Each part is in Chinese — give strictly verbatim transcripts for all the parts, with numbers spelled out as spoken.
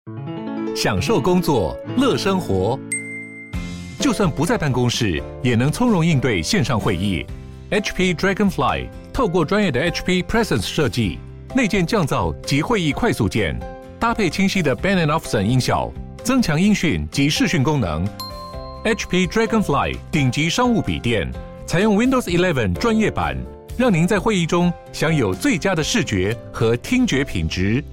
享受工作，乐生活。就算不在办公室，也能从容应对线上会议。H P Dragonfly 透过专业的 H P Presence 设计，内建降噪及会议快速键，搭配清晰的 Bang and Olufsen 音效，增强音讯及视讯功能。H P Dragonfly 顶级商务笔电，采用 Windows 十一专业版，让您在会议中享有最佳的视觉和听觉品质。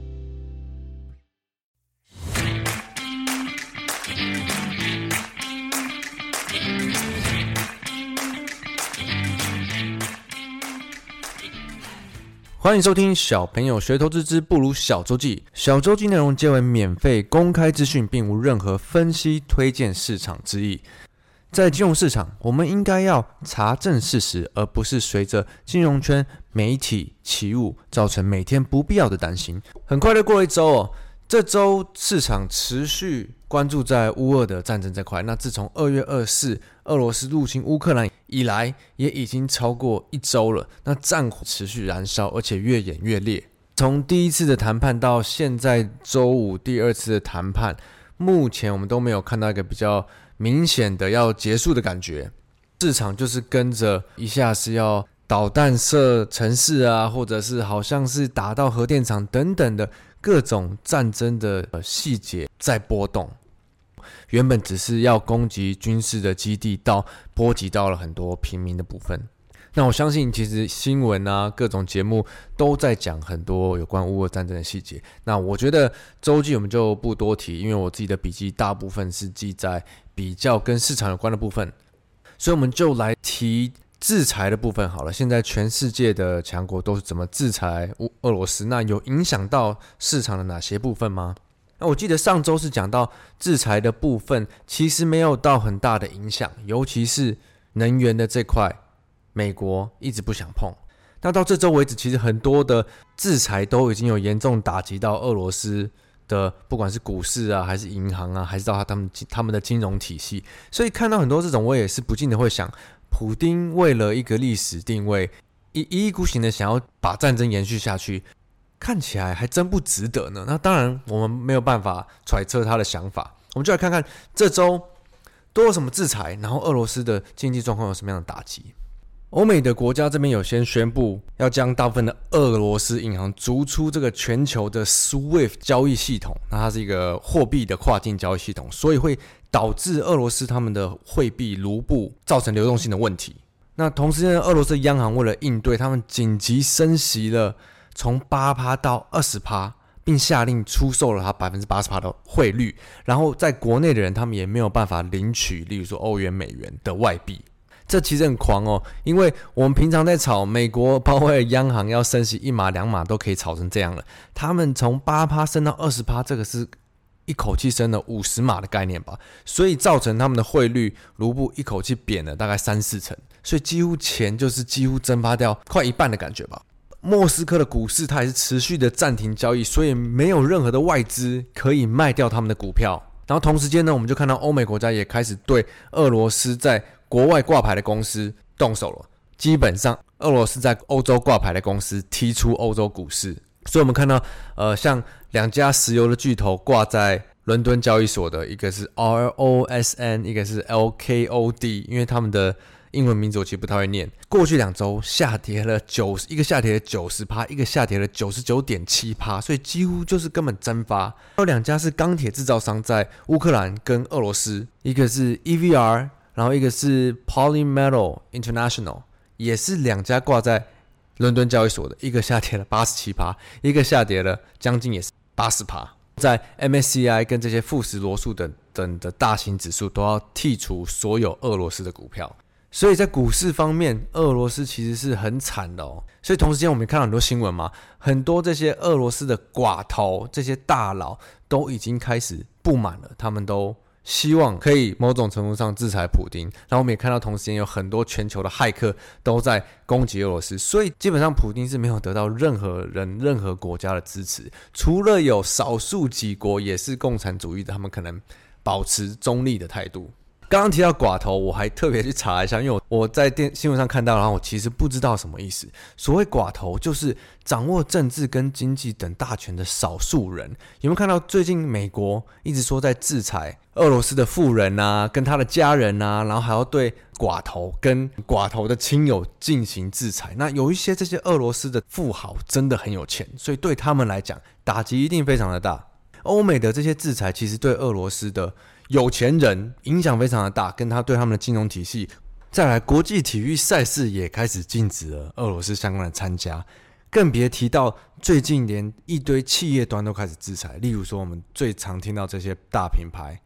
欢迎收听小朋友学投资之不如小周记。小周记内容皆为免费公开资讯，并无任何分析推荐市场之意。在金融市场，我们应该要查证事实，而不是随着金融圈媒体起舞，造成每天不必要的担心。很快就过了一周哦，这周市场持续关注在乌俄的战争这块。那自从二月二十四俄罗斯入侵乌克兰以来，也已经超过一周了。那战火持续燃烧，而且越演越烈。从第一次的谈判到现在周五第二次的谈判，目前我们都没有看到一个比较明显的要结束的感觉。市场就是跟着一下是要导弹射城市啊，或者是好像是打到核电厂等等的各种战争的细节在波动。原本只是要攻击军事的基地，到波及到了很多平民的部分。那我相信其实新闻啊各种节目都在讲很多有关乌俄战争的细节。那我觉得周记我们就不多提，因为我自己的笔记大部分是记在比较跟市场有关的部分，所以我们就来提制裁的部分好了。现在全世界的强国都是怎么制裁俄罗斯？那有影响到市场的哪些部分吗？那我记得上周是讲到制裁的部分其实没有到很大的影响，尤其是能源的这块，美国一直不想碰。那到这周为止，其实很多的制裁都已经有严重打击到俄罗斯的，不管是股市啊，还是银行啊，还是到他们他们的金融体系。所以看到很多这种，我也是不禁的会想，普丁为了一个历史定位，一意孤行的想要把战争延续下去，看起来还真不值得呢。那当然我们没有办法揣测他的想法，我们就来看看这周都有什么制裁，然后俄罗斯的经济状况有什么样的打击。欧美的国家这边有先宣布要将大部分的俄罗斯银行逐出这个全球的 SWIFT 交易系统，那它是一个货币的跨境交易系统，所以会导致俄罗斯他们的汇币卢布造成流动性的问题。那同时呢，俄罗斯央行为了应对，他们紧急升息了从 百分之八 到 百分之二十， 并下令出售了它 百分之八十 的汇率，然后在国内的人他们也没有办法领取例如说欧元美元的外币。这其实很狂哦，因为我们平常在炒美国鲍威尔央行要升息一码两码都可以炒成这样了，他们从 百分之八 升到 百分之二十， 这个是一口气升了五十码的概念吧，所以造成他们的汇率卢布一口气贬了大概三四成，所以几乎钱就是几乎蒸发掉快一半的感觉吧。莫斯科的股市它也是持续的暂停交易，所以没有任何的外资可以卖掉他们的股票。然后同时间呢，我们就看到欧美国家也开始对俄罗斯在国外挂牌的公司动手了，基本上俄罗斯在欧洲挂牌的公司踢出欧洲股市。所以我们看到呃，像两家石油的巨头挂在伦敦交易所的，一个是 R O S N， 一个是 L K O D， 因为他们的英文名字我其实不太会念。过去两周下跌了九十，一个下跌了 百分之九十， 一个下跌了 百分之九十九点七， 所以几乎就是根本蒸发。有两家是钢铁制造商在乌克兰跟俄罗斯，一个是 E V R， 然后一个是 Polymetal International， 也是两家挂在伦敦交易所的，一个下跌了 百分之八十七， 一个下跌了将近也是 百分之八十。在 M S C I 跟这些富时罗素等等的大型指数都要剔除所有俄罗斯的股票。所以在股市方面，俄罗斯其实是很惨的哦。所以同时间我们看到很多新闻嘛，很多这些俄罗斯的寡头、这些大佬都已经开始不满了，他们都希望可以某种程度上制裁普丁。然后我们也看到同时间有很多全球的骇客都在攻击俄罗斯，所以基本上普丁是没有得到任何人、任何国家的支持，除了有少数几国也是共产主义的，他们可能保持中立的态度。 刚刚提到寡头，我还特别去查一下，因为 我, 我在电新闻上看到，然后我其实不知道什么意思。所谓寡头，就是掌握政治跟经济等大权的少数人。有没有看到最近美国一直说在制裁俄罗斯的富人啊，跟他的家人啊，然后还要对寡头跟寡头的亲友进行制裁？那有一些这些俄罗斯的富豪真的很有钱，所以对他们来讲打击一定非常的大。欧美的这些制裁其实对俄罗斯的有钱人影响非常的大，跟他对他们的金融体系。再来，国际体育赛事也开始禁止了俄罗斯相关的参加，更别提到最近连一堆企业端都开始制裁。例如说我们最常听到这些大品牌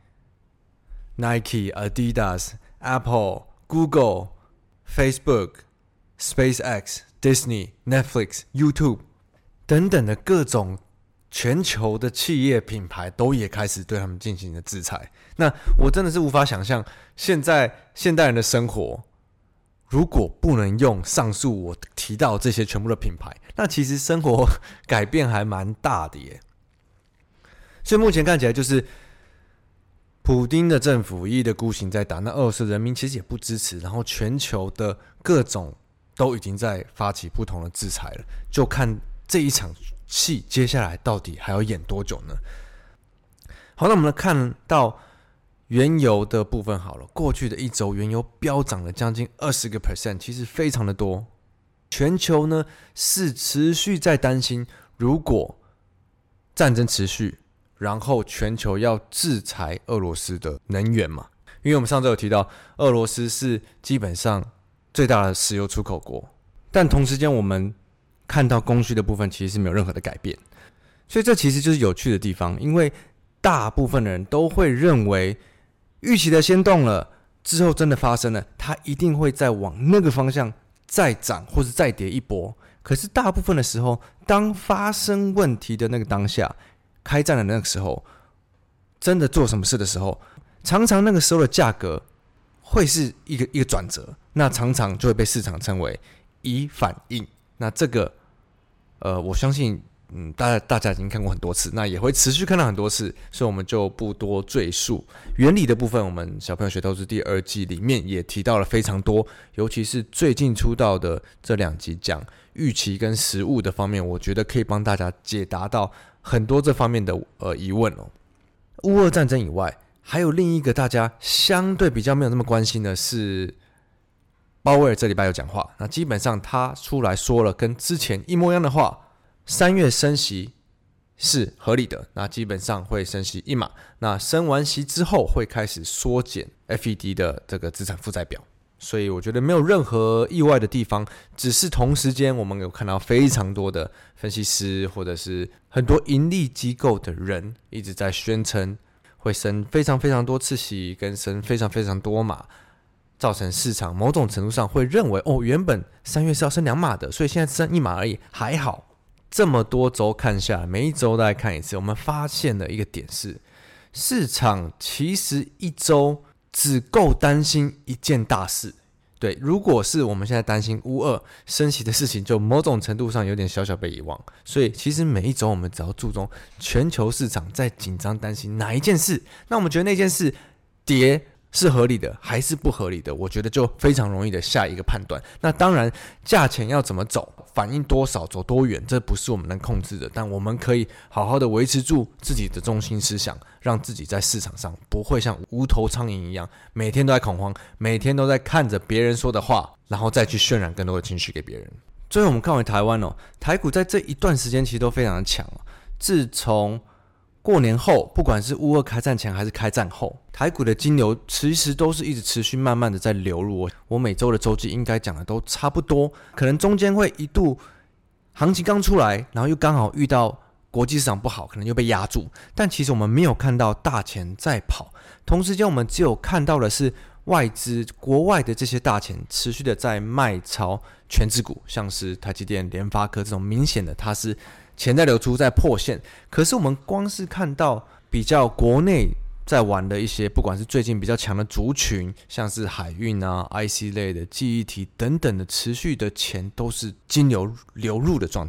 Nike、Adidas、Apple、Google、Facebook、SpaceX、Disney、Netflix、YouTube 等等的各种全球的企业品牌都也开始对他们进行了制裁。那我真的是无法想象，现在现代人的生活如果不能用上述我提到这些全部的品牌，那其实生活改变还蛮大的耶。所以目前看起来就是普丁的政府一意的孤行在打，那俄罗斯人民其实也不支持，然后全球的各种都已经在发起不同的制裁了，就看这一场戏接下来到底还要演多久呢？好，那我们来看到原油的部分好了。过去的一周，原油飙涨了将近 百分之二十， 其实非常的多。全球呢是持续在担心，如果战争持续，然后全球要制裁俄罗斯的能源嘛，因为我们上周有提到，俄罗斯是基本上最大的石油出口国，但同时间我们看到供需的部分其实是没有任何的改变，所以这其实就是有趣的地方。因为大部分的人都会认为预期的先动了，之后真的发生了，它一定会再往那个方向再涨或是再跌一波。可是大部分的时候，当发生问题的那个当下，开战的那个时候，真的做什么事的时候，常常那个时候的价格会是一个一个转折，那常常就会被市场称为以反应。那这个呃，我相信嗯，大家大家已经看过很多次，那也会持续看到很多次，所以我们就不多赘述。原理的部分，我们小朋友学投资第二季里面也提到了非常多，尤其是最近出道的这两集讲预期跟实务的方面，我觉得可以帮大家解答到很多这方面的呃疑问哦。乌俄战争以外，还有另一个大家相对比较没有那么关心的是，鲍威尔这礼拜有讲话，那基本上他出来说了跟之前一模一样的话。三月升息是合理的，那基本上会升息一码。那升完息之后会开始缩减 F E D 的这个资产负债表，所以我觉得没有任何意外的地方。只是同时间我们有看到非常多的分析师或者是很多盈利机构的人一直在宣称会升非常非常多次息，跟升非常非常多码，造成市场某种程度上会认为，哦，原本三月是要升两码的，所以现在升一码而已，还好。这么多周看下来，每一周大概看一次，我们发现的一个点是，市场其实一周只够担心一件大事。对，如果是我们现在担心乌俄升息的事情，就某种程度上有点小小被遗忘。所以其实每一周我们只要注重全球市场在紧张担心哪一件事，那我们觉得那件事跌是合理的还是不合理的，我觉得就非常容易的下一个判断。那当然价钱要怎么走，反应多少，走多远，这不是我们能控制的，但我们可以好好的维持住自己的中心思想，让自己在市场上不会像无头苍蝇一样每天都在恐慌，每天都在看着别人说的话，然后再去渲染更多的情绪给别人。最后我们看回台湾哦，台股在这一段时间其实都非常的强，自从过年后，不管是乌俄开战前还是开战后，台股的金流其实都是一直持续慢慢的在流入。我每周的周记应该讲的都差不多，可能中间会一度行情刚出来，然后又刚好遇到国际市场不好，可能又被压住，但其实我们没有看到大钱在跑，同时间我们只有看到的是外资国外的这些大钱持续的在卖超全指股，像是台积电、联发科这种明显的它是钱在流出，在破线。可是我们光是看到比较国内在玩的一些，不管是最近比较强的族群，像是海运啊、I C 类的记忆体等等的，持续的钱都是金流流入的状态。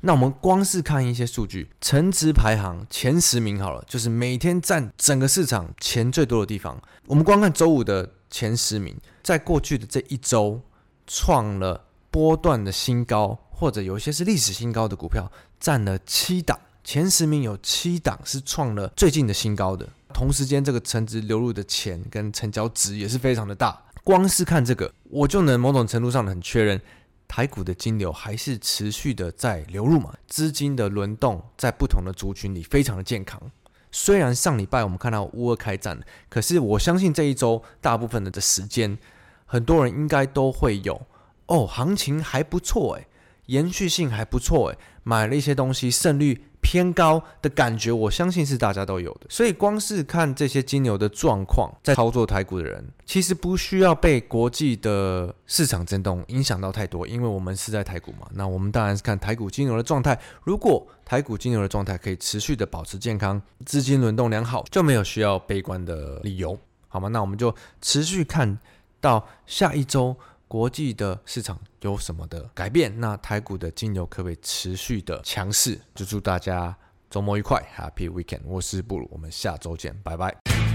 那我们光是看一些数据，成值排行前十名好了，就是每天占整个市场钱最多的地方。我们光看周五的前十名，在过去的这一周创了波段的新高，或者有一些是历史新高的股票，占了七档，前十名有七档是创了最近的新高的。同时间，这个成值流入的钱跟成交值也是非常的大。光是看这个，我就能某种程度上的很确认，台股的金流还是持续的在流入嘛，资金的轮动在不同的族群里非常的健康。虽然上礼拜我们看到乌俄开战，可是我相信这一周大部分的时间，很多人应该都会有哦，行情还不错诶，延续性还不错诶，买了一些东西，胜率偏高的感觉，我相信是大家都有的。所以光是看这些金牛的状况，在操作台股的人，其实不需要被国际的市场震动影响到太多，因为我们是在台股嘛。那我们当然是看台股金牛的状态。如果台股金牛的状态可以持续的保持健康，资金轮动良好，就没有需要悲观的理由，好吗？那我们就持续看到下一周国际的市场有什么的改变，那台股的金牛可不可以持续的强势？就祝大家周末愉快 ，Happy Weekend！ 我是布鲁，我们下周见，拜拜。